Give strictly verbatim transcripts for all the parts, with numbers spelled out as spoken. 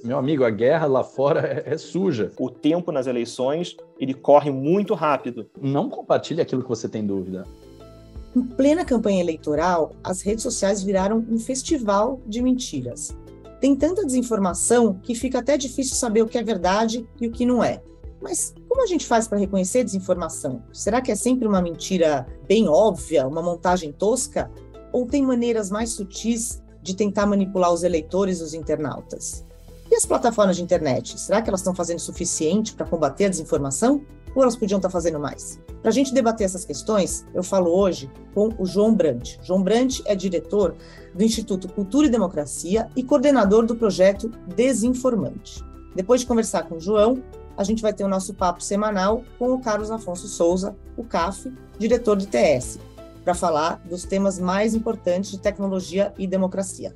Meu amigo, a guerra lá fora é, é suja. O tempo nas eleições, ele corre muito rápido. Não compartilhe aquilo que você tem dúvida. Em plena campanha eleitoral, as redes sociais viraram um festival de mentiras. Tem tanta desinformação que fica até difícil saber o que é verdade e o que não é. Mas como a gente faz para reconhecer desinformação? Será que é sempre uma mentira bem óbvia, uma montagem tosca? Ou tem maneiras mais sutis de tentar manipular os eleitores e os internautas? E as plataformas de internet? Será que elas estão fazendo o suficiente para combater a desinformação? Ou elas podiam estar fazendo mais? Para a gente debater essas questões, eu falo hoje com o João Brandt. João Brandt é diretor do Instituto Cultura e Democracia e coordenador do projeto Desinformante. Depois de conversar com o João, a gente vai ter o nosso papo semanal com o Carlos Afonso Souza, o C A F, diretor de T S, para falar dos temas mais importantes de tecnologia e democracia.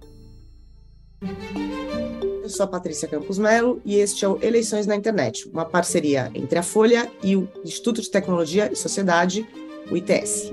Eu sou a Patrícia Campos Melo e este é o Eleições na Internet, uma parceria entre a Folha e o Instituto de Tecnologia e Sociedade, o I T S.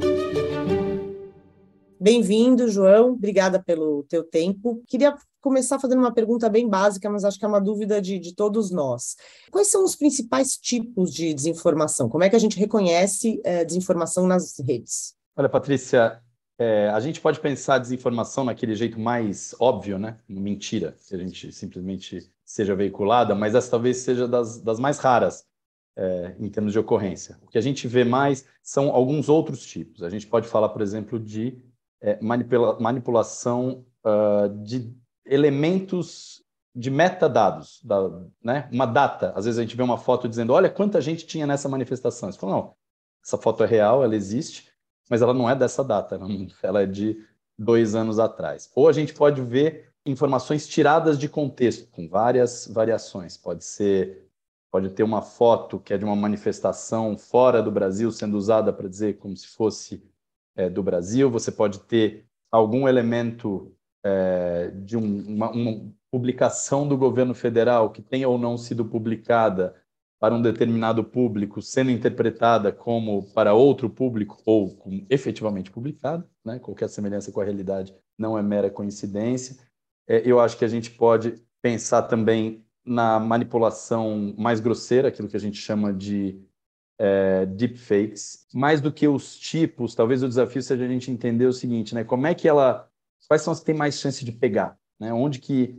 Bem-vindo, João. Obrigada pelo teu tempo. Queria começar fazendo uma pergunta bem básica, mas acho que é uma dúvida de, de todos nós. Quais são os principais tipos de desinformação? Como é que a gente reconhece é, desinformação nas redes? Olha, Patrícia, é, a gente pode pensar a desinformação naquele jeito mais óbvio, né? Mentira, que a gente simplesmente seja veiculada, mas essa talvez seja das, das mais raras é, em termos de ocorrência. O que a gente vê mais são alguns outros tipos. A gente pode falar, por exemplo, de é, manipula- manipulação uh, de elementos de metadados, da, né? Uma data. Às vezes a gente vê uma foto dizendo, olha quanta gente tinha nessa manifestação. Você fala, não, essa foto é real, ela existe, mas ela não é dessa data, ela é de dois anos atrás. Ou a gente pode ver informações tiradas de contexto, com várias variações. Pode ser, pode ter uma foto que é de uma manifestação fora do Brasil sendo usada para dizer como se fosse é, do Brasil. Você pode ter algum elemento é, de um, uma, uma publicação do governo federal que tenha ou não sido publicada para um determinado público, sendo interpretada como para outro público ou como efetivamente publicada, né? Qualquer semelhança com a realidade não é mera coincidência. É, eu acho que a gente pode pensar também na manipulação mais grosseira, aquilo que a gente chama de é, deepfakes. Mais do que os tipos, talvez o desafio seja a gente entender o seguinte, né? Como é que ela... Quais são as que têm mais chance de pegar? Né? Onde que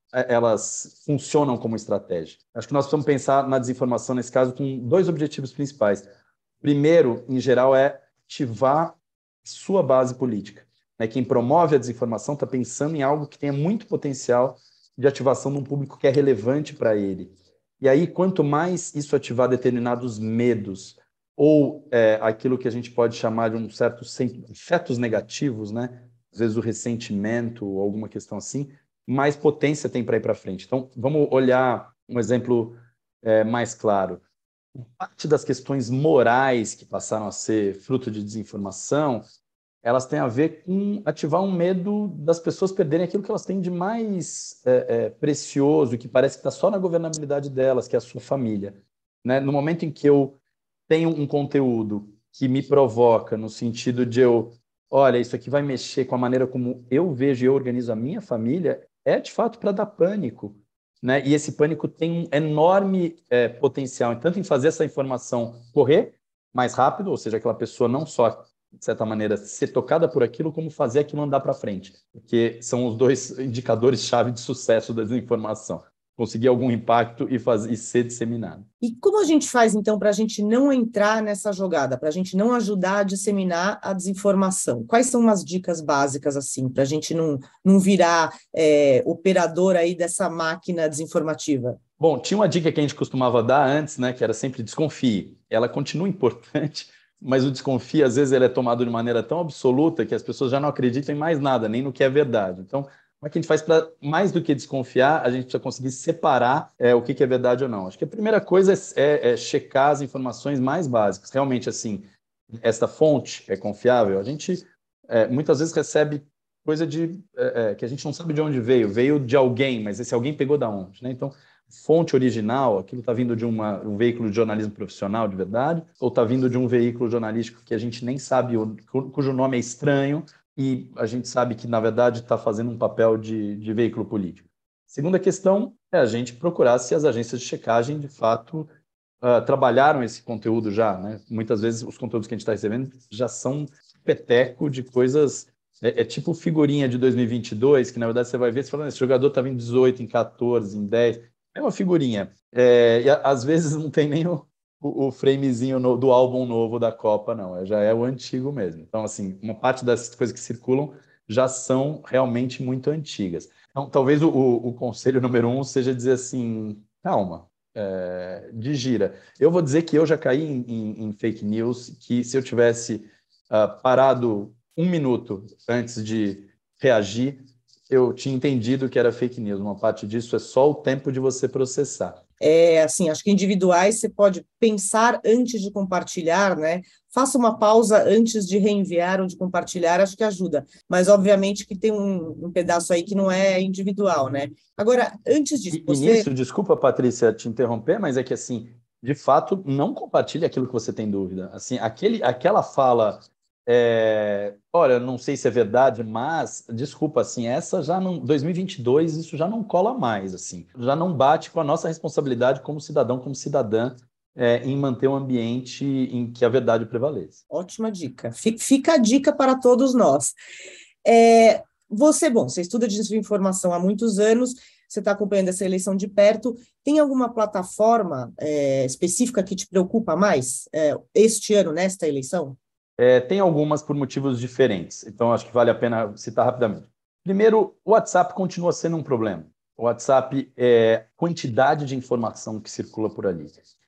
elas funcionam como estratégia? Acho que nós precisamos pensar na desinformação, nesse caso, com dois objetivos principais. Primeiro, em geral, é ativar sua base política. Né? Quem promove a desinformação está pensando em algo que tenha muito potencial de ativação de um público que é relevante para ele. E aí, quanto mais isso ativar determinados medos ou é, aquilo que a gente pode chamar de um certo efeitos negativos, né? Às vezes o ressentimento ou alguma questão assim, mais potência tem para ir para frente. Então, vamos olhar um exemplo é, mais claro. Parte das questões morais que passaram a ser fruto de desinformação, elas têm a ver com ativar um medo das pessoas perderem aquilo que elas têm de mais é, é, precioso, que parece que está só na governabilidade delas, que é a sua família. Né? No momento em que eu tenho um conteúdo que me provoca, no sentido de eu, olha, isso aqui vai mexer com a maneira como eu vejo e eu organizo a minha família, é de fato para dar pânico. Né? E esse pânico tem um enorme é, potencial, tanto em fazer essa informação correr mais rápido, ou seja, aquela pessoa não só, de certa maneira, ser tocada por aquilo, como fazer aquilo andar para frente, porque são os dois indicadores-chave de sucesso da desinformação. Conseguir algum impacto e, fazer, e ser disseminado. E como a gente faz, então, para a gente não entrar nessa jogada, para a gente não ajudar a disseminar a desinformação? Quais são umas dicas básicas, assim, para a gente não, não virar é, operador aí dessa máquina desinformativa? Bom, tinha uma dica que a gente costumava dar antes, né, que era sempre desconfie. Ela continua importante, mas o desconfie, às vezes, ele é tomado de maneira tão absoluta que as pessoas já não acreditam em mais nada, nem no que é verdade. Então, como é que a gente faz para, mais do que desconfiar, a gente precisa conseguir separar é, o que, que é verdade ou não? Acho que a primeira coisa é, é, é checar as informações mais básicas. Realmente, assim, essa fonte é confiável? A gente é, muitas vezes recebe coisa de, é, é, que a gente não sabe de onde veio. Veio de alguém, mas esse alguém pegou da onde? Né? Então, fonte original, aquilo está vindo de uma, um veículo de jornalismo profissional de verdade, ou está vindo de um veículo jornalístico que a gente nem sabe, cujo nome é estranho, e a gente sabe que, na verdade, está fazendo um papel de, de veículo político. Segunda questão é a gente procurar se as agências de checagem, de fato, uh, trabalharam esse conteúdo já, né? Muitas vezes os conteúdos que a gente está recebendo já são peteco de coisas... É, é tipo figurinha de dois mil e vinte e dois, que na verdade você vai ver, você fala, esse jogador estava em dezoito, em quatorze, em dez. É uma figurinha. É, e a, às vezes não tem nem o, o, o framezinho no, do álbum novo da Copa, não. É, já é o antigo mesmo. Então, assim, uma parte das coisas que circulam já são realmente muito antigas. Então, talvez o, o, o conselho número um seja dizer assim, calma, é, digira. Eu vou dizer que eu já caí em, em, em fake news, que se eu tivesse uh, parado um minuto antes de reagir, eu tinha entendido que era fake news. Uma parte disso é só o tempo de você processar. É, assim, acho que individuais você pode pensar antes de compartilhar, né? Faça uma pausa antes de reenviar ou de compartilhar, acho que ajuda. Mas, obviamente, que tem um, um pedaço aí que não é individual, né? Agora, antes disso, E, você... e nisso, desculpa, Patrícia, te interromper, mas é que, assim, de fato, não compartilhe aquilo que você tem dúvida. Assim, aquele, aquela fala... É, olha, não sei se é verdade, mas desculpa, assim, essa já não, dois mil e vinte e dois, isso já não cola mais, assim, já não bate com a nossa responsabilidade como cidadão, como cidadã, é, em manter um ambiente em que a verdade prevaleça. Ótima dica. Fica a dica para todos nós. É, você, bom, você estuda desinformação há muitos anos, você está acompanhando essa eleição de perto. Tem alguma plataforma é, específica que te preocupa mais é, este ano, nesta eleição? É, tem algumas por motivos diferentes, então acho que vale a pena citar rapidamente. Primeiro, o WhatsApp continua sendo um problema. O WhatsApp é quantidade de informação que circula por ali.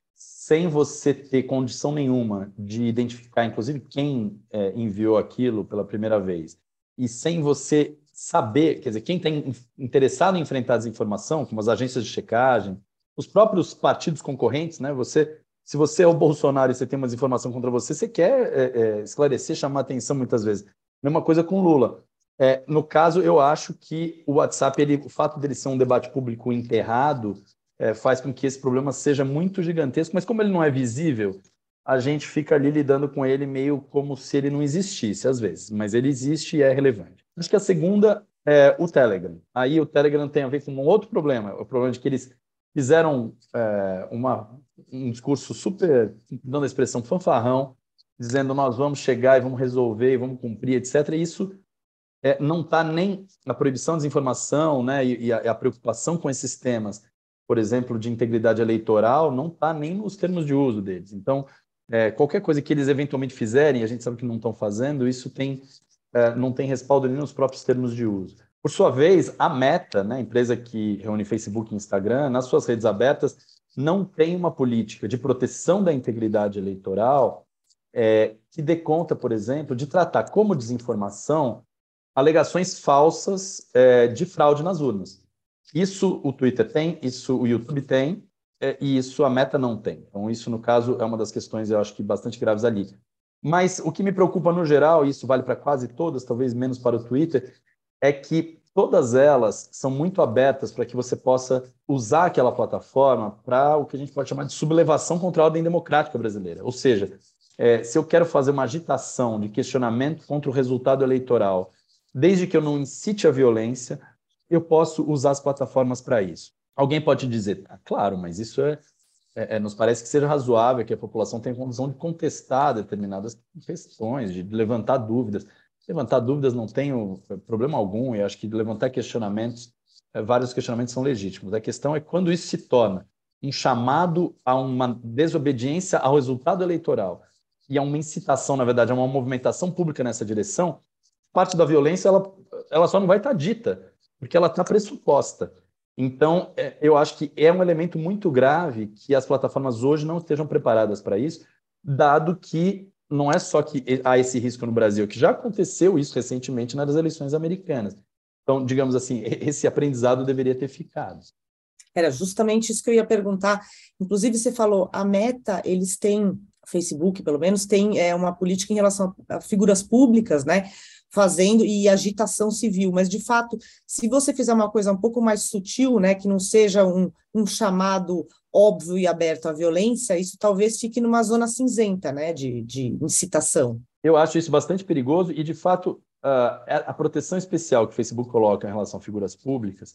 Sem você ter condição nenhuma de identificar, inclusive, quem é, enviou aquilo pela primeira vez, e sem você saber, quer dizer, quem está interessado em enfrentar a desinformação, como as agências de checagem, os próprios partidos concorrentes, né? Você... Se você é o Bolsonaro e você tem umas informações contra você, você quer é, é, esclarecer, chamar atenção muitas vezes. Mesma coisa com Lula. É, no caso, eu acho que o WhatsApp, ele, o fato dele ser um debate público enterrado, é, faz com que esse problema seja muito gigantesco, mas como ele não é visível, a gente fica ali lidando com ele meio como se ele não existisse, às vezes. Mas ele existe e é relevante. Acho que a segunda é o Telegram. Aí o Telegram tem a ver com um outro problema, o problema de que eles fizeram é, uma, um discurso super, dando a expressão fanfarrão, dizendo nós vamos chegar e vamos resolver e vamos cumprir, etcétera. E isso é, não está nem na proibição de desinformação, né, e, e a, a preocupação com esses temas, por exemplo, de integridade eleitoral, não está nem nos termos de uso deles. Então, é, qualquer coisa que eles eventualmente fizerem, a gente sabe que não estão fazendo, isso tem, é, não tem respaldo nem nos próprios termos de uso. Por sua vez, a Meta, né, a empresa que reúne Facebook e Instagram, nas suas redes abertas, não tem uma política de proteção da integridade eleitoral é, que dê conta, por exemplo, de tratar como desinformação alegações falsas é, de fraude nas urnas. Isso o Twitter tem, isso o YouTube tem, é, e isso a Meta não tem. Então, isso, no caso, é uma das questões, eu acho que bastante graves ali. Mas o que me preocupa no geral, e isso vale para quase todas, talvez menos para o Twitter, é que todas elas são muito abertas para que você possa usar aquela plataforma para o que a gente pode chamar de sublevação contra a ordem democrática brasileira. Ou seja, é, se eu quero fazer uma agitação de questionamento contra o resultado eleitoral, desde que eu não incite a violência, eu posso usar as plataformas para isso. Alguém pode dizer, ah, claro, mas isso é, é, é, nos parece que seja razoável, que a população tenha condição de contestar determinadas questões, de levantar dúvidas. Levantar dúvidas não tem problema algum, e acho que levantar questionamentos, vários questionamentos são legítimos. A questão é quando isso se torna um chamado a uma desobediência ao resultado eleitoral e a uma incitação, na verdade, a uma movimentação pública nessa direção, parte da violência ela, ela só não vai estar dita, porque ela está pressuposta. Então, eu acho que é um elemento muito grave que as plataformas hoje não estejam preparadas para isso, dado que não é só que há esse risco no Brasil, que já aconteceu isso recentemente nas eleições americanas. Então, digamos assim, esse aprendizado deveria ter ficado. Era justamente isso que eu ia perguntar. Inclusive, você falou, a Meta, eles têm, Facebook pelo menos, tem é, uma política em relação a figuras públicas, né? Fazendo e agitação civil, mas de fato, se você fizer uma coisa um pouco mais sutil, né, que não seja um, um chamado óbvio e aberto à violência, isso talvez fique numa zona cinzenta, né, de, de incitação. Eu acho isso bastante perigoso e, de fato, a, a proteção especial que o Facebook coloca em relação a figuras públicas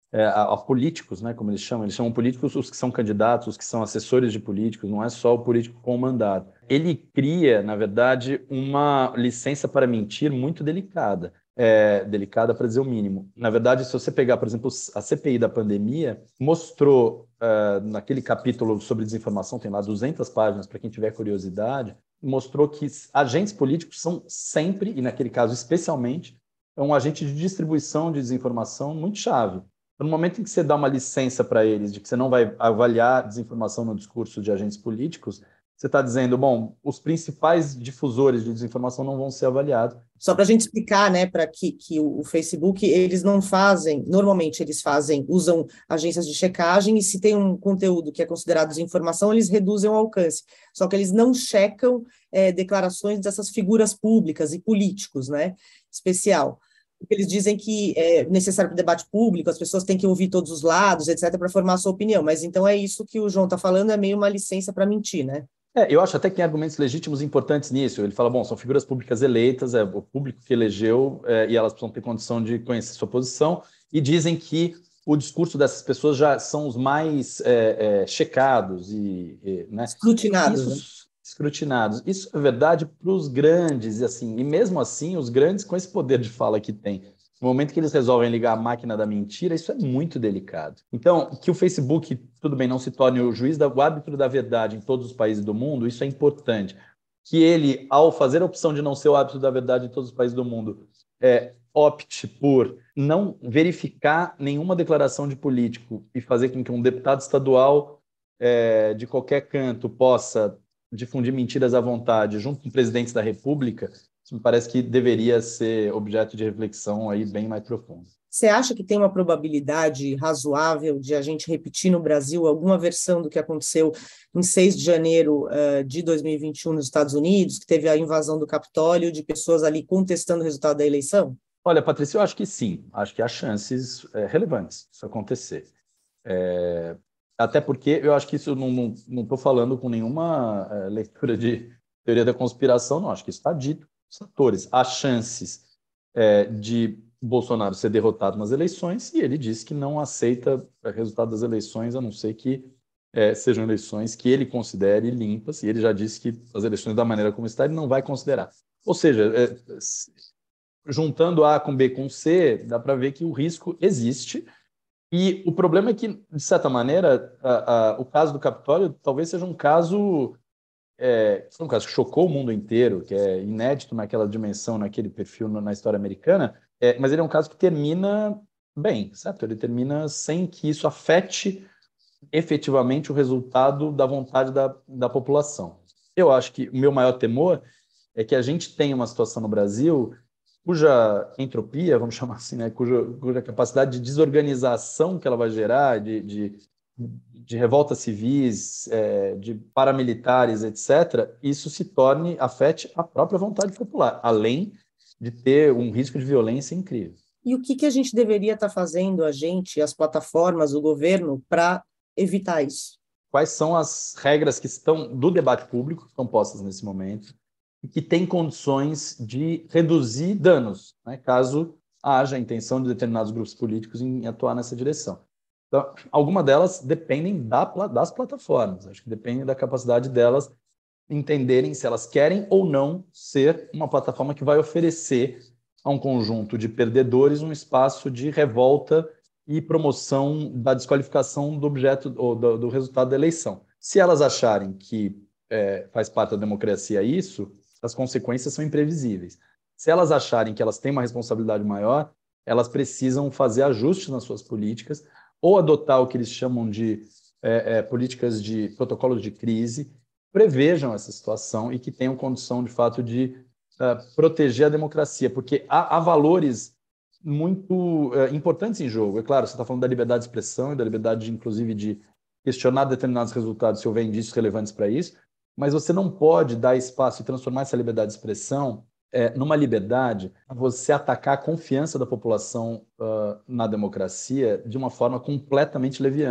é, a, a políticos, né, como eles chamam, eles chamam políticos os que são candidatos, os que são assessores de políticos, não é só o político com mandato. Ele cria, na verdade, uma licença para mentir muito delicada. É, delicada para dizer o mínimo. Na verdade, se você pegar, por exemplo, a C P I da pandemia, mostrou, uh, naquele capítulo sobre desinformação, tem lá duzentas páginas para quem tiver curiosidade, mostrou que agentes políticos são sempre, e naquele caso especialmente, é um agente de distribuição de desinformação muito chave. No momento em que você dá uma licença para eles de que você não vai avaliar desinformação no discurso de agentes políticos, você está dizendo, bom, os principais difusores de desinformação não vão ser avaliados. Só para a gente explicar, né, para que, que o Facebook, eles não fazem, normalmente eles fazem, usam agências de checagem, e se tem um conteúdo que é considerado desinformação, eles reduzem o alcance. Só que eles não checam é, declarações dessas figuras públicas e políticos, né, especial. Eles dizem que é necessário para o debate público, as pessoas têm que ouvir todos os lados, etcétera, para formar a sua opinião. Mas então é isso que o João está falando, é meio uma licença para mentir, né? É, eu acho até que tem argumentos legítimos importantes nisso. Ele fala, bom, são figuras públicas eleitas, é o público que elegeu, é, e elas precisam ter condição de conhecer sua posição, e dizem que o discurso dessas pessoas já são os mais é, é, checados e, e né? escrutinados. Isso, né? Escrutinados. Isso é verdade para os grandes, e assim, e mesmo assim, os grandes com esse poder de fala que têm. No momento que eles resolvem ligar a máquina da mentira, isso é muito delicado. Então, que o Facebook, tudo bem, não se torne o juiz, da, o árbitro da verdade em todos os países do mundo, isso é importante. Que ele, ao fazer a opção de não ser o árbitro da verdade em todos os países do mundo, é, opte por não verificar nenhuma declaração de político e fazer com que um deputado estadual é, de qualquer canto possa difundir mentiras à vontade junto com presidentes da República, isso me parece que deveria ser objeto de reflexão aí bem mais profunda. Você acha que tem uma probabilidade razoável de a gente repetir no Brasil alguma versão do que aconteceu em seis de janeiro uh, de dois mil e vinte e um nos Estados Unidos, que teve a invasão do Capitólio, de pessoas ali contestando o resultado da eleição? Olha, Patrícia, eu acho que sim. Acho que há chances é, relevantes disso acontecer. É, até porque eu acho que isso não estou falando com nenhuma é, leitura de teoria da conspiração, não. Acho que isso está dito os atores. Há chances é, de Bolsonaro ser derrotado nas eleições, e ele disse que não aceita o resultado das eleições, a não ser que é, sejam eleições que ele considere limpas, e ele já disse que as eleições da maneira como está, ele não vai considerar. Ou seja, é, juntando A com B com C, dá para ver que o risco existe, e o problema é que, de certa maneira, a, a, o caso do Capitólio talvez seja um caso... É, um caso que chocou o mundo inteiro, que é inédito naquela dimensão, naquele perfil na história americana, é, mas ele é um caso que termina bem, certo? Ele termina sem que isso afete efetivamente o resultado da vontade da, da população. Eu acho que o meu maior temor é que a gente tenha uma situação no Brasil cuja entropia, vamos chamar assim, né, cuja, cuja capacidade de desorganização que ela vai gerar, de... de de revoltas civis, é, de paramilitares, etcétera, isso se torne, afete a própria vontade popular, além de ter um risco de violência incrível. E o que, que a gente deveria estar fazendo, a gente, as plataformas, o governo, para evitar isso? Quais são as regras que estão do debate público, que estão postas nesse momento, e que têm condições de reduzir danos, né, caso haja a intenção de determinados grupos políticos em atuar nessa direção. Então, algumas delas dependem da, das plataformas, acho que depende da capacidade delas entenderem se elas querem ou não ser uma plataforma que vai oferecer a um conjunto de perdedores um espaço de revolta e promoção da desqualificação do objeto ou do, do resultado da eleição. Se elas acharem que é, faz parte da democracia isso, as consequências são imprevisíveis. Se elas acharem que elas têm uma responsabilidade maior, elas precisam fazer ajustes nas suas políticas ou adotar o que eles chamam de é, é, políticas de protocolos de crise, prevejam essa situação e que tenham condição, de fato, de uh, proteger a democracia, porque há, há valores muito uh, importantes em jogo. É claro, você está falando da liberdade de expressão e da liberdade, de, inclusive, de questionar determinados resultados se houver indícios relevantes para isso, mas você não pode dar espaço e transformar essa liberdade de expressão É, numa liberdade, você atacar a confiança da população uh, na democracia de uma forma completamente leviana.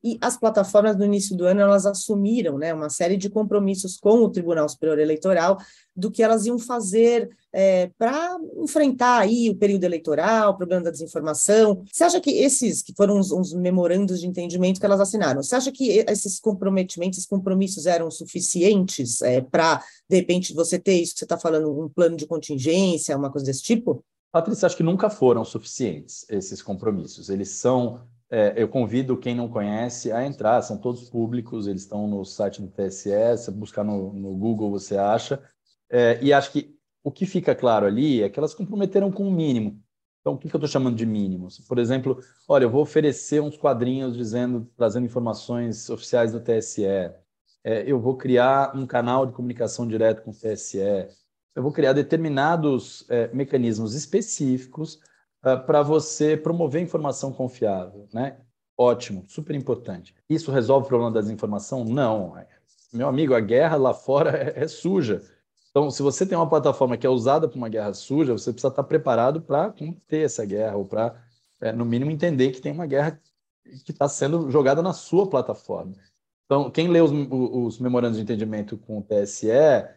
E as plataformas, no início do ano, elas assumiram, né, uma série de compromissos com o Tribunal Superior Eleitoral do que elas iam fazer é, para enfrentar aí o período eleitoral, o problema da desinformação. Você acha que esses, que foram uns, uns memorandos de entendimento que elas assinaram, você acha que esses comprometimentos, esses compromissos eram suficientes é, para, de repente, você ter isso que você está falando, um plano de contingência, uma coisa desse tipo? Patrícia, acho que nunca foram suficientes esses compromissos. Eles são... É, eu convido quem não conhece a entrar, são todos públicos, eles estão no site do T S E, se buscar no, no Google você acha, é, e acho que o que fica claro ali é que elas comprometeram com o mínimo. Então, o que, que eu estou chamando de mínimos? Por exemplo, olha, eu vou oferecer uns quadrinhos dizendo, trazendo informações oficiais do T S E, é, eu vou criar um canal de comunicação direto com o T S E, eu vou criar determinados é, mecanismos específicos para você promover informação confiável, né? Ótimo, super importante. Isso resolve o problema da desinformação? Não. Meu amigo, a guerra lá fora é, é suja. Então, se você tem uma plataforma que é usada para uma guerra suja, você precisa estar preparado para combater essa guerra ou para, é, no mínimo, entender que tem uma guerra que está sendo jogada na sua plataforma. Então, quem lê os, os memorandos de entendimento com o T S E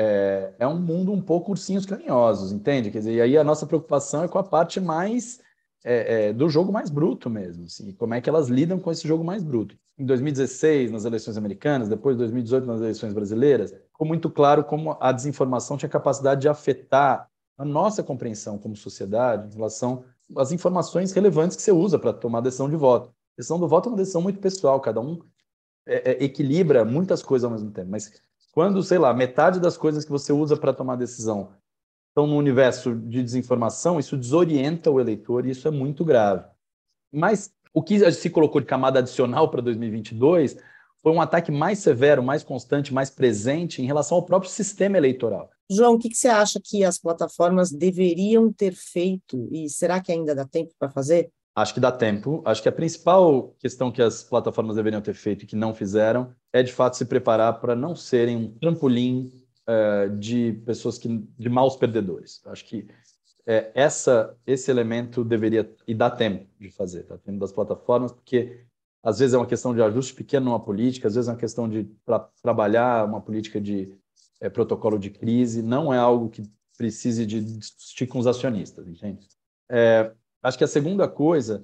É, é um mundo um pouco ursinhos carinhosos, entende? Quer dizer, e aí a nossa preocupação é com a parte mais é, é, do jogo mais bruto mesmo, assim, como é que elas lidam com esse jogo mais bruto. Em dois mil e dezesseis, nas eleições americanas, depois de dois mil e dezoito, nas eleições brasileiras, ficou muito claro como a desinformação tinha capacidade de afetar a nossa compreensão como sociedade em relação às informações relevantes que você usa para tomar decisão de voto. A decisão do voto é uma decisão muito pessoal, cada um é, é, equilibra muitas coisas ao mesmo tempo, mas quando, sei lá, metade das coisas que você usa para tomar decisão estão no universo de desinformação, isso desorienta o eleitor e isso é muito grave. Mas o que se colocou de camada adicional para dois mil e vinte e dois foi um ataque mais severo, mais constante, mais presente em relação ao próprio sistema eleitoral. João, o que, que você acha que as plataformas deveriam ter feito e será que ainda dá tempo para fazer? Acho que dá tempo. Acho que a principal questão que as plataformas deveriam ter feito e que não fizeram é, de fato, se preparar para não serem um trampolim uh, de pessoas que, de maus perdedores. Acho que é, essa, esse elemento deveria, e dá tempo de fazer, tá? Tempo das plataformas, porque às vezes é uma questão de ajuste pequeno numa política, às vezes é uma questão de pra, trabalhar uma política de é, protocolo de crise, não é algo que precise de discutir com os acionistas, entende? É, acho que a segunda coisa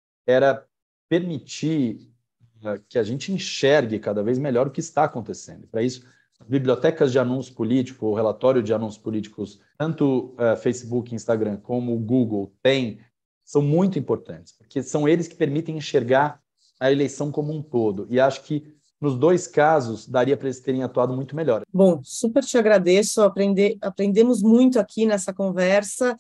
era permitir uh, que a gente enxergue cada vez melhor o que está acontecendo. Para isso, bibliotecas de anúncios políticos, o relatório de anúncios políticos, tanto uh, Facebook, Instagram, como o Google tem, são muito importantes, porque são eles que permitem enxergar a eleição como um todo. E acho que, nos dois casos, daria para eles terem atuado muito melhor. Bom, super te agradeço. Aprender, aprendemos muito aqui nessa conversa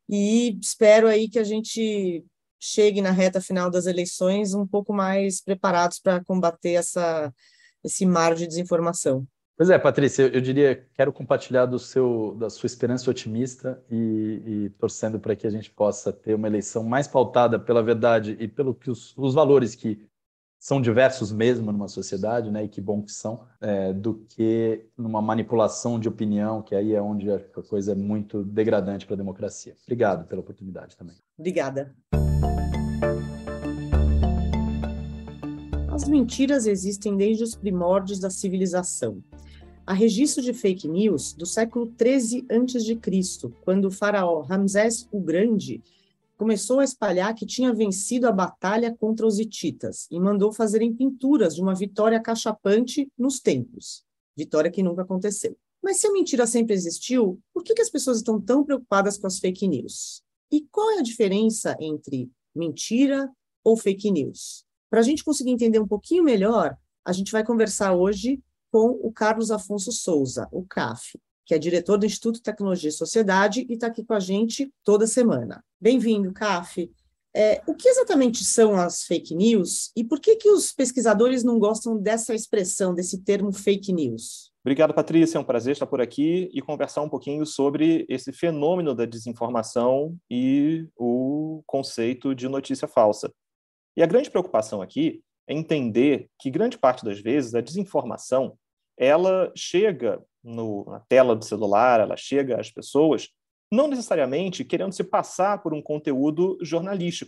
e espero aí que a gente chegue na reta final das eleições um pouco mais preparados para combater essa, esse mar de desinformação. Pois é, Patrícia, eu, eu diria, quero compartilhar do seu, da sua esperança otimista e, e torcendo para que a gente possa ter uma eleição mais pautada pela verdade e pelos os, os valores que são diversos mesmo numa sociedade, né, e que bom que são, é, do que numa manipulação de opinião, que aí é onde a coisa é muito degradante para a democracia. Obrigado pela oportunidade também. Obrigada. As mentiras existem desde os primórdios da civilização. Há registro de fake news do século treze antes de Cristo, quando o faraó Ramsés o Grande começou a espalhar que tinha vencido a batalha contra os hititas e mandou fazerem pinturas de uma vitória cachapante nos templos. Vitória que nunca aconteceu. Mas se a mentira sempre existiu, por que, que as pessoas estão tão preocupadas com as fake news? E qual é a diferença entre mentira ou fake news? Para a gente conseguir entender um pouquinho melhor, a gente vai conversar hoje com o Carlos Afonso Souza, o C A F, que é diretor do Instituto de Tecnologia e Sociedade e está aqui com a gente toda semana. Bem-vindo, C A F. É, o que exatamente são as fake news e por que, que os pesquisadores não gostam dessa expressão, desse termo fake news? Obrigado, Patrícia. É um prazer estar por aqui e conversar um pouquinho sobre esse fenômeno da desinformação e o conceito de notícia falsa. E a grande preocupação aqui é entender que, grande parte das vezes, a desinformação ela chega no, na tela do celular, ela chega às pessoas, não necessariamente querendo se passar por um conteúdo jornalístico,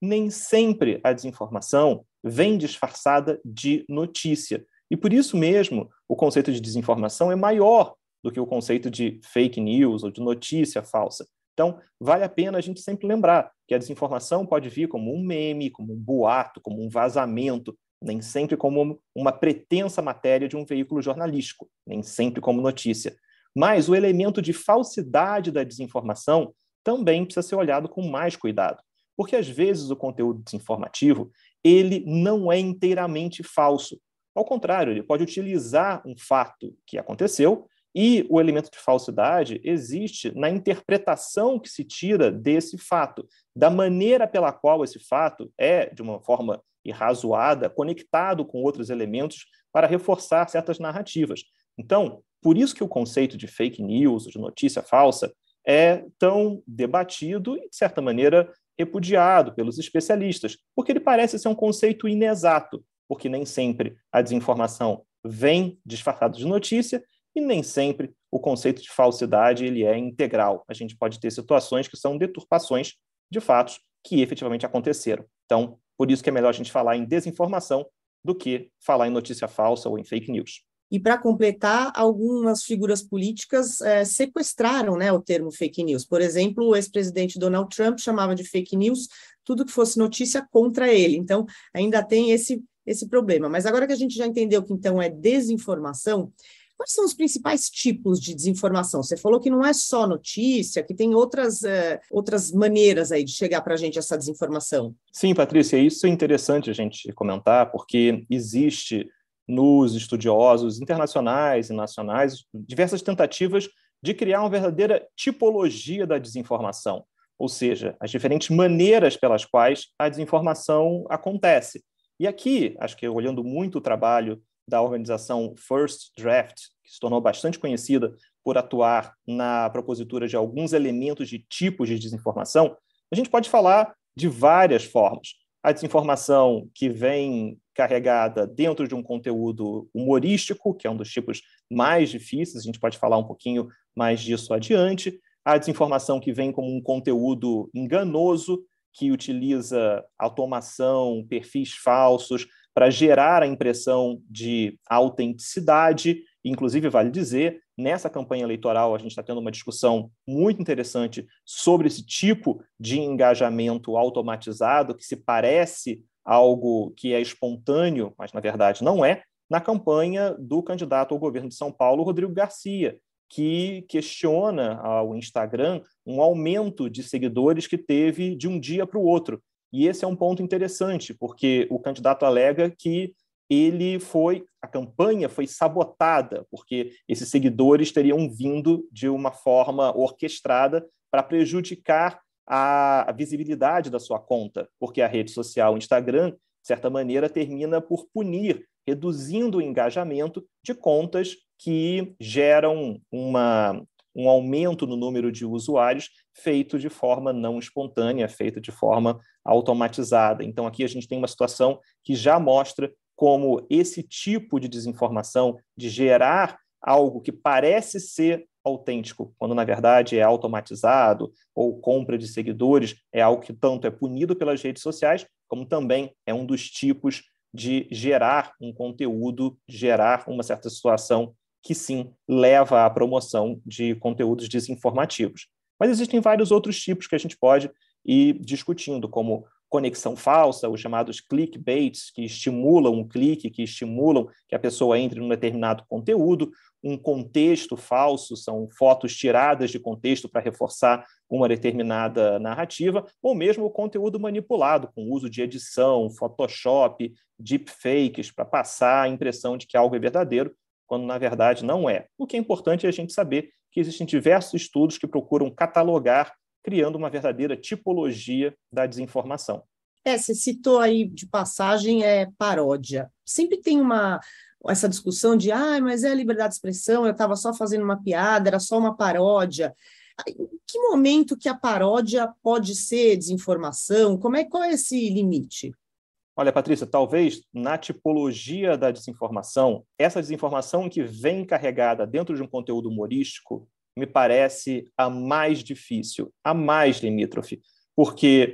nem sempre a desinformação vem disfarçada de notícia. E por isso mesmo, o conceito de desinformação é maior do que o conceito de fake news ou de notícia falsa. Então, vale a pena a gente sempre lembrar que a desinformação pode vir como um meme, como um boato, como um vazamento, nem sempre como uma pretensa matéria de um veículo jornalístico, nem sempre como notícia. Mas o elemento de falsidade da desinformação também precisa ser olhado com mais cuidado, porque às vezes o conteúdo desinformativo ele não é inteiramente falso. Ao contrário, ele pode utilizar um fato que aconteceu e o elemento de falsidade existe na interpretação que se tira desse fato, da maneira pela qual esse fato é, de uma forma irrazoada, conectado com outros elementos para reforçar certas narrativas. Então, por isso que o conceito de fake news, de notícia falsa, é tão debatido e, de certa maneira, repudiado pelos especialistas, porque ele parece ser um conceito inexato, porque nem sempre a desinformação vem disfarçada de notícia e nem sempre o conceito de falsidade ele é integral. A gente pode ter situações que são deturpações de fatos que efetivamente aconteceram. Então, por isso que é melhor a gente falar em desinformação do que falar em notícia falsa ou em fake news. E, para completar, algumas figuras políticas é, sequestraram, né, o termo fake news. Por exemplo, o ex-presidente Donald Trump chamava de fake news tudo que fosse notícia contra ele. Então, ainda tem esse, esse problema. Mas agora que a gente já entendeu que, então, é desinformação, quais são os principais tipos de desinformação? Você falou que não é só notícia, que tem outras, é, outras maneiras aí de chegar para a gente essa desinformação. Sim, Patrícia, isso é interessante a gente comentar, porque existe nos estudiosos internacionais e nacionais diversas tentativas de criar uma verdadeira tipologia da desinformação, ou seja, as diferentes maneiras pelas quais a desinformação acontece. E aqui, acho que olhando muito o trabalho da organização First Draft, que se tornou bastante conhecida por atuar na propositura de alguns elementos de tipos de desinformação, a gente pode falar de várias formas. A desinformação que vem carregada dentro de um conteúdo humorístico, que é um dos tipos mais difíceis, a gente pode falar um pouquinho mais disso adiante. A desinformação que vem como um conteúdo enganoso, que utiliza automação, perfis falsos, para gerar a impressão de autenticidade. Inclusive, vale dizer, nessa campanha eleitoral a gente está tendo uma discussão muito interessante sobre esse tipo de engajamento automatizado, que se parece algo que é espontâneo, mas na verdade não é, na campanha do candidato ao governo de São Paulo, Rodrigo Garcia, que questiona ao Instagram um aumento de seguidores que teve de um dia para o outro. E esse é um ponto interessante, porque o candidato alega que ele foi, a campanha foi sabotada, porque esses seguidores teriam vindo de uma forma orquestrada para prejudicar a, a visibilidade da sua conta, porque a rede social Instagram, de certa maneira, termina por punir, reduzindo o engajamento de contas que geram uma, um aumento no número de usuários feito de forma não espontânea, feito de forma automatizada. Então, aqui a gente tem uma situação que já mostra como esse tipo de desinformação, de gerar algo que parece ser autêntico, quando na verdade é automatizado, ou compra de seguidores, é algo que tanto é punido pelas redes sociais, como também é um dos tipos de gerar um conteúdo, gerar uma certa situação que sim leva à promoção de conteúdos desinformativos. Mas existem vários outros tipos que a gente pode ir discutindo, como conexão falsa, os chamados clickbaits, que estimulam um clique, que estimulam que a pessoa entre num determinado conteúdo, um contexto falso, são fotos tiradas de contexto para reforçar uma determinada narrativa, ou mesmo o conteúdo manipulado, com uso de edição, Photoshop, deepfakes, para passar a impressão de que algo é verdadeiro, quando na verdade não é. O que é importante é a gente saber que existem diversos estudos que procuram catalogar, criando uma verdadeira tipologia da desinformação. É, você citou aí de passagem é paródia. Sempre tem uma essa discussão de ah, mas é a liberdade de expressão, eu estava só fazendo uma piada, era só uma paródia. Em que momento que a paródia pode ser desinformação? Como é, qual é esse limite? Olha, Patrícia, talvez na tipologia da desinformação, essa desinformação que vem carregada dentro de um conteúdo humorístico me parece a mais difícil, a mais limítrofe, porque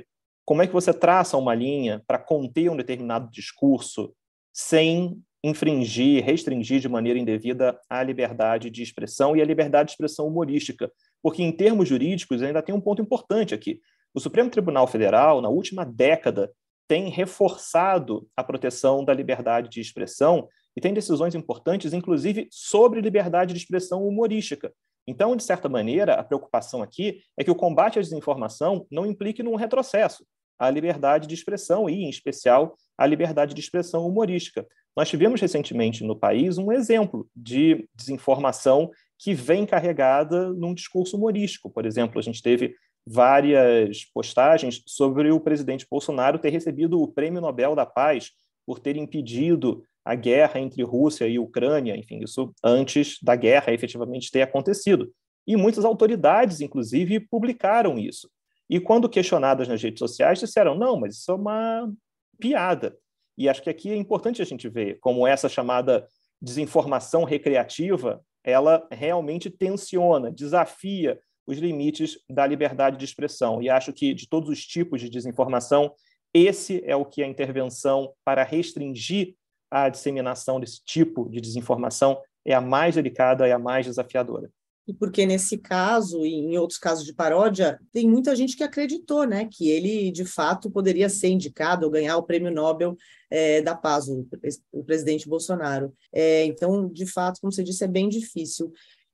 como é que você traça uma linha para conter um determinado discurso sem infringir, restringir de maneira indevida a liberdade de expressão e a liberdade de expressão humorística. Porque, em termos jurídicos, ainda tem um ponto importante aqui. O Supremo Tribunal Federal, na última década, tem reforçado a proteção da liberdade de expressão e tem decisões importantes, inclusive, sobre liberdade de expressão humorística. Então, de certa maneira, a preocupação aqui é que o combate à desinformação não implique num retrocesso à liberdade de expressão e, em especial, à liberdade de expressão humorística. Nós tivemos recentemente no país um exemplo de desinformação que vem carregada num discurso humorístico. Por exemplo, a gente teve várias postagens sobre o presidente Bolsonaro ter recebido o Prêmio Nobel da Paz por ter impedido a guerra entre Rússia e Ucrânia, enfim, isso antes da guerra efetivamente ter acontecido. E muitas autoridades, inclusive, publicaram isso. E quando questionadas nas redes sociais, disseram, não, mas isso é uma piada. E acho que aqui é importante a gente ver como essa chamada desinformação recreativa, ela realmente tensiona, desafia os limites da liberdade de expressão. E acho que, de todos os tipos de desinformação, esse é o que a intervenção para restringir a disseminação desse tipo de desinformação é a mais delicada e a mais desafiadora. E porque nesse caso, e em outros casos de paródia, tem muita gente que acreditou, né, que ele, de fato, poderia ser indicado ou ganhar o Prêmio Nobel é, da Paz, o, o presidente Bolsonaro. É, então, de fato, como você disse, é bem difícil.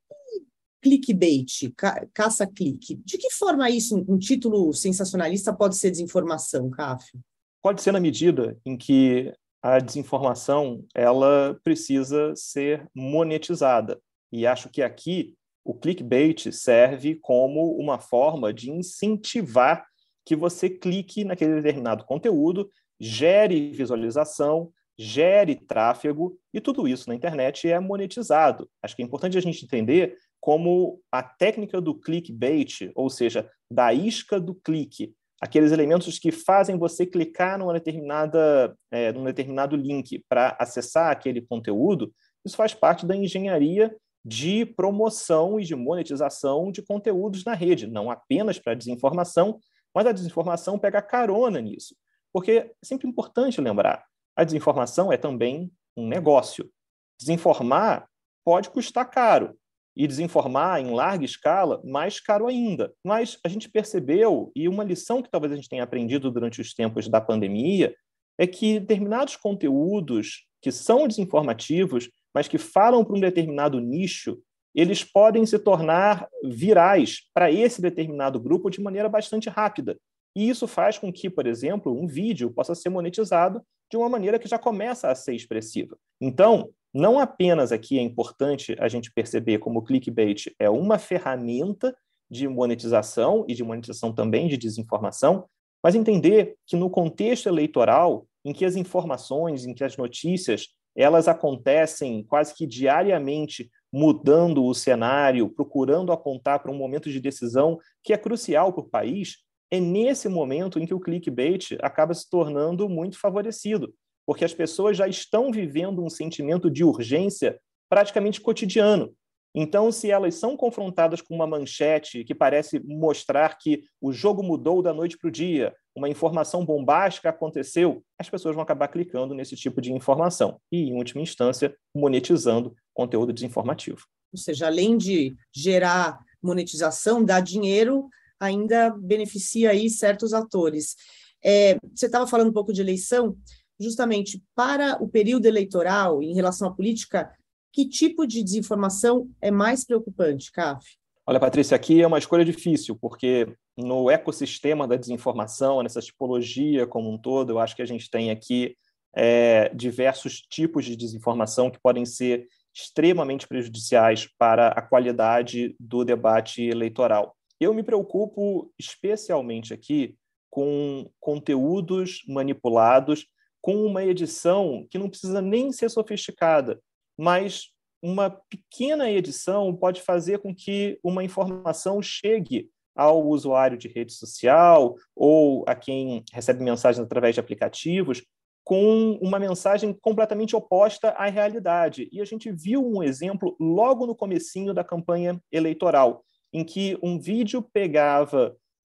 E clickbait, ca caça-clique, de que forma isso, um título sensacionalista, pode ser desinformação, Cáfio? Pode ser na medida em que a desinformação ela precisa ser monetizada. E acho que aqui o clickbait serve como uma forma de incentivar que você clique naquele determinado conteúdo, gere visualização, gere tráfego, e tudo isso na internet é monetizado. Acho que é importante a gente entender como a técnica do clickbait, ou seja, da isca do clique, aqueles elementos que fazem você clicar numa determinada, é, num determinado link para acessar aquele conteúdo, isso faz parte da engenharia de promoção e de monetização de conteúdos na rede, não apenas para a desinformação, mas a desinformação pega carona nisso. Porque é sempre importante lembrar, a desinformação é também um negócio. Desinformar pode custar caro, e desinformar em larga escala, mais caro ainda. Mas a gente percebeu, e uma lição que talvez a gente tenha aprendido durante os tempos da pandemia, é que determinados conteúdos que são desinformativos, mas que falam para um determinado nicho, eles podem se tornar virais para esse determinado grupo de maneira bastante rápida. E isso faz com que, por exemplo, um vídeo possa ser monetizado de uma maneira que já começa a ser expressiva. Então, não apenas aqui é importante a gente perceber como o clickbait é uma ferramenta de monetização e de monetização também de desinformação, mas entender que no contexto eleitoral, em que as informações, em que as notícias, elas acontecem quase que diariamente, mudando o cenário, procurando apontar para um momento de decisão que é crucial para o país, é nesse momento em que o clickbait acaba se tornando muito favorecido, porque as pessoas já estão vivendo um sentimento de urgência praticamente cotidiano. Então, se elas são confrontadas com uma manchete que parece mostrar que o jogo mudou da noite para o dia, uma informação bombástica aconteceu, as pessoas vão acabar clicando nesse tipo de informação e, em última instância, monetizando conteúdo desinformativo. Ou seja, além de gerar monetização, dar dinheiro, ainda beneficia aí certos atores. É, você estava falando um pouco de eleição, justamente para o período eleitoral, em relação à política, que tipo de desinformação é mais preocupante, Cáfio? Olha, Patrícia, aqui é uma escolha difícil, porque no ecossistema da desinformação, nessa tipologia como um todo, eu acho que a gente tem aqui é, diversos tipos de desinformação que podem ser extremamente prejudiciais para a qualidade do debate eleitoral. Eu me preocupo especialmente aqui com conteúdos manipulados, com uma edição que não precisa nem ser sofisticada, mas uma pequena edição pode fazer com que uma informação chegue ao usuário de rede social ou a quem recebe mensagens através de aplicativos com uma mensagem completamente oposta à realidade. E a gente viu um exemplo logo no comecinho da campanha eleitoral, em que um vídeo pegava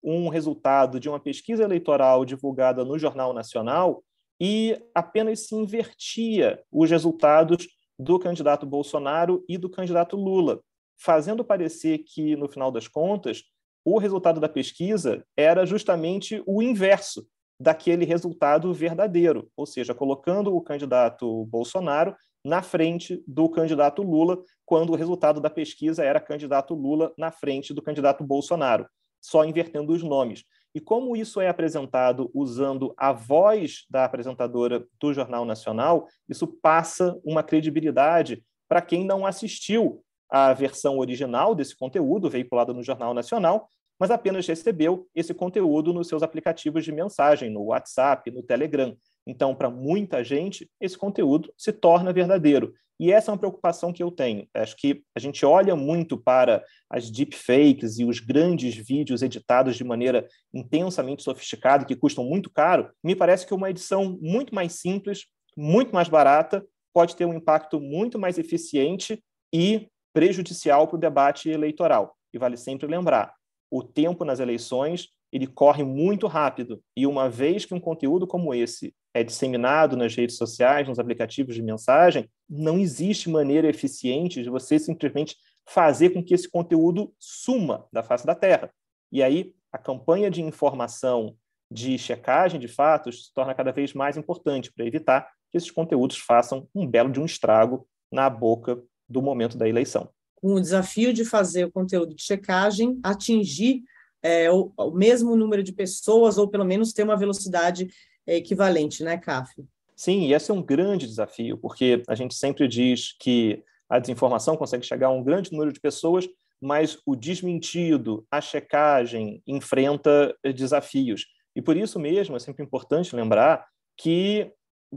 um resultado de uma pesquisa eleitoral divulgada no Jornal Nacional e apenas se invertia os resultados do candidato Bolsonaro e do candidato Lula, fazendo parecer que, no final das contas, o resultado da pesquisa era justamente o inverso daquele resultado verdadeiro, ou seja, colocando o candidato Bolsonaro na frente do candidato Lula, quando o resultado da pesquisa era candidato Lula na frente do candidato Bolsonaro, só invertendo os nomes. E como isso é apresentado usando a voz da apresentadora do Jornal Nacional, isso passa uma credibilidade para quem não assistiu à versão original desse conteúdo veiculado no Jornal Nacional, mas apenas recebeu esse conteúdo nos seus aplicativos de mensagem, no WhatsApp, no Telegram. Então, para muita gente, esse conteúdo se torna verdadeiro. E essa é uma preocupação que eu tenho. Acho que a gente olha muito para as deepfakes e os grandes vídeos editados de maneira intensamente sofisticada, que custam muito caro. Me parece que uma edição muito mais simples, muito mais barata, pode ter um impacto muito mais eficiente e prejudicial para o debate eleitoral. E vale sempre lembrar, o tempo nas eleições ele corre muito rápido, e uma vez que um conteúdo como esse é disseminado nas redes sociais, nos aplicativos de mensagem, não existe maneira eficiente de você simplesmente fazer com que esse conteúdo suma da face da Terra. E aí a campanha de informação, de checagem de fatos, se torna cada vez mais importante para evitar que esses conteúdos façam um belo de um estrago na boca do momento da eleição. Com o desafio de fazer o conteúdo de checagem atingir é, o, o mesmo número de pessoas, ou pelo menos ter uma velocidade é, equivalente, né, Caf? Sim, e esse é um grande desafio, porque a gente sempre diz que a desinformação consegue chegar a um grande número de pessoas, mas o desmentido, a checagem, enfrenta desafios. E por isso mesmo é sempre importante lembrar que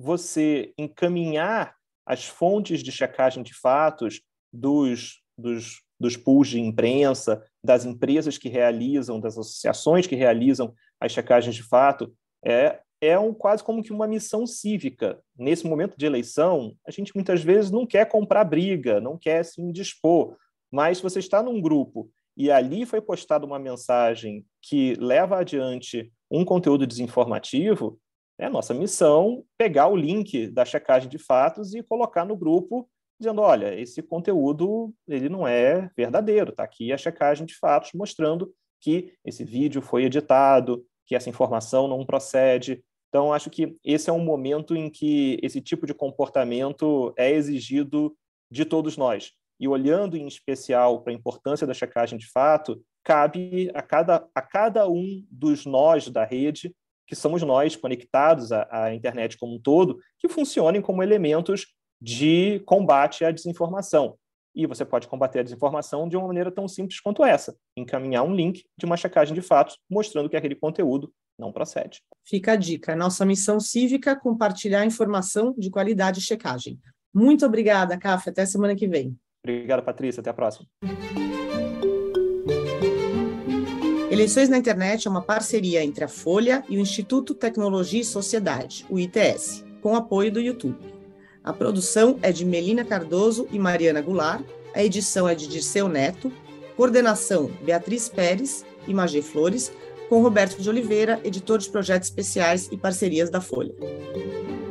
você encaminhar as fontes de checagem de fatos dos, dos, dos pools de imprensa, das empresas que realizam, das associações que realizam as checagens de fato, é, é um, quase como que uma missão cívica. Nesse momento de eleição, a gente muitas vezes não quer comprar briga, não quer se indispor, mas se você está num grupo e ali foi postada uma mensagem que leva adiante um conteúdo desinformativo, é nossa missão pegar o link da checagem de fatos e colocar no grupo, dizendo, olha, esse conteúdo ele não é verdadeiro, está aqui a checagem de fatos mostrando que esse vídeo foi editado, que essa informação não procede. Então, acho que esse é um momento em que esse tipo de comportamento é exigido de todos nós. E olhando em especial para a importância da checagem de fato, cabe a cada, a cada um dos nós da rede, que somos nós conectados à, à internet como um todo, que funcionem como elementos de combate à desinformação. E você pode combater a desinformação de uma maneira tão simples quanto essa, encaminhar um link de uma checagem de fatos mostrando que aquele conteúdo não procede. Fica a dica, nossa missão cívica, compartilhar informação de qualidade e checagem. Muito obrigada, Caf, até semana que vem. Obrigado, Patrícia, até a próxima. Eleições na Internet é uma parceria entre a Folha e o Instituto Tecnologia e Sociedade, o I T S, com apoio do YouTube. A produção é de Melina Cardoso e Mariana Goulart, a edição é de Dirceu Neto, coordenação Beatriz Pérez e Magê Flores, com Roberto de Oliveira, editor de projetos especiais e parcerias da Folha.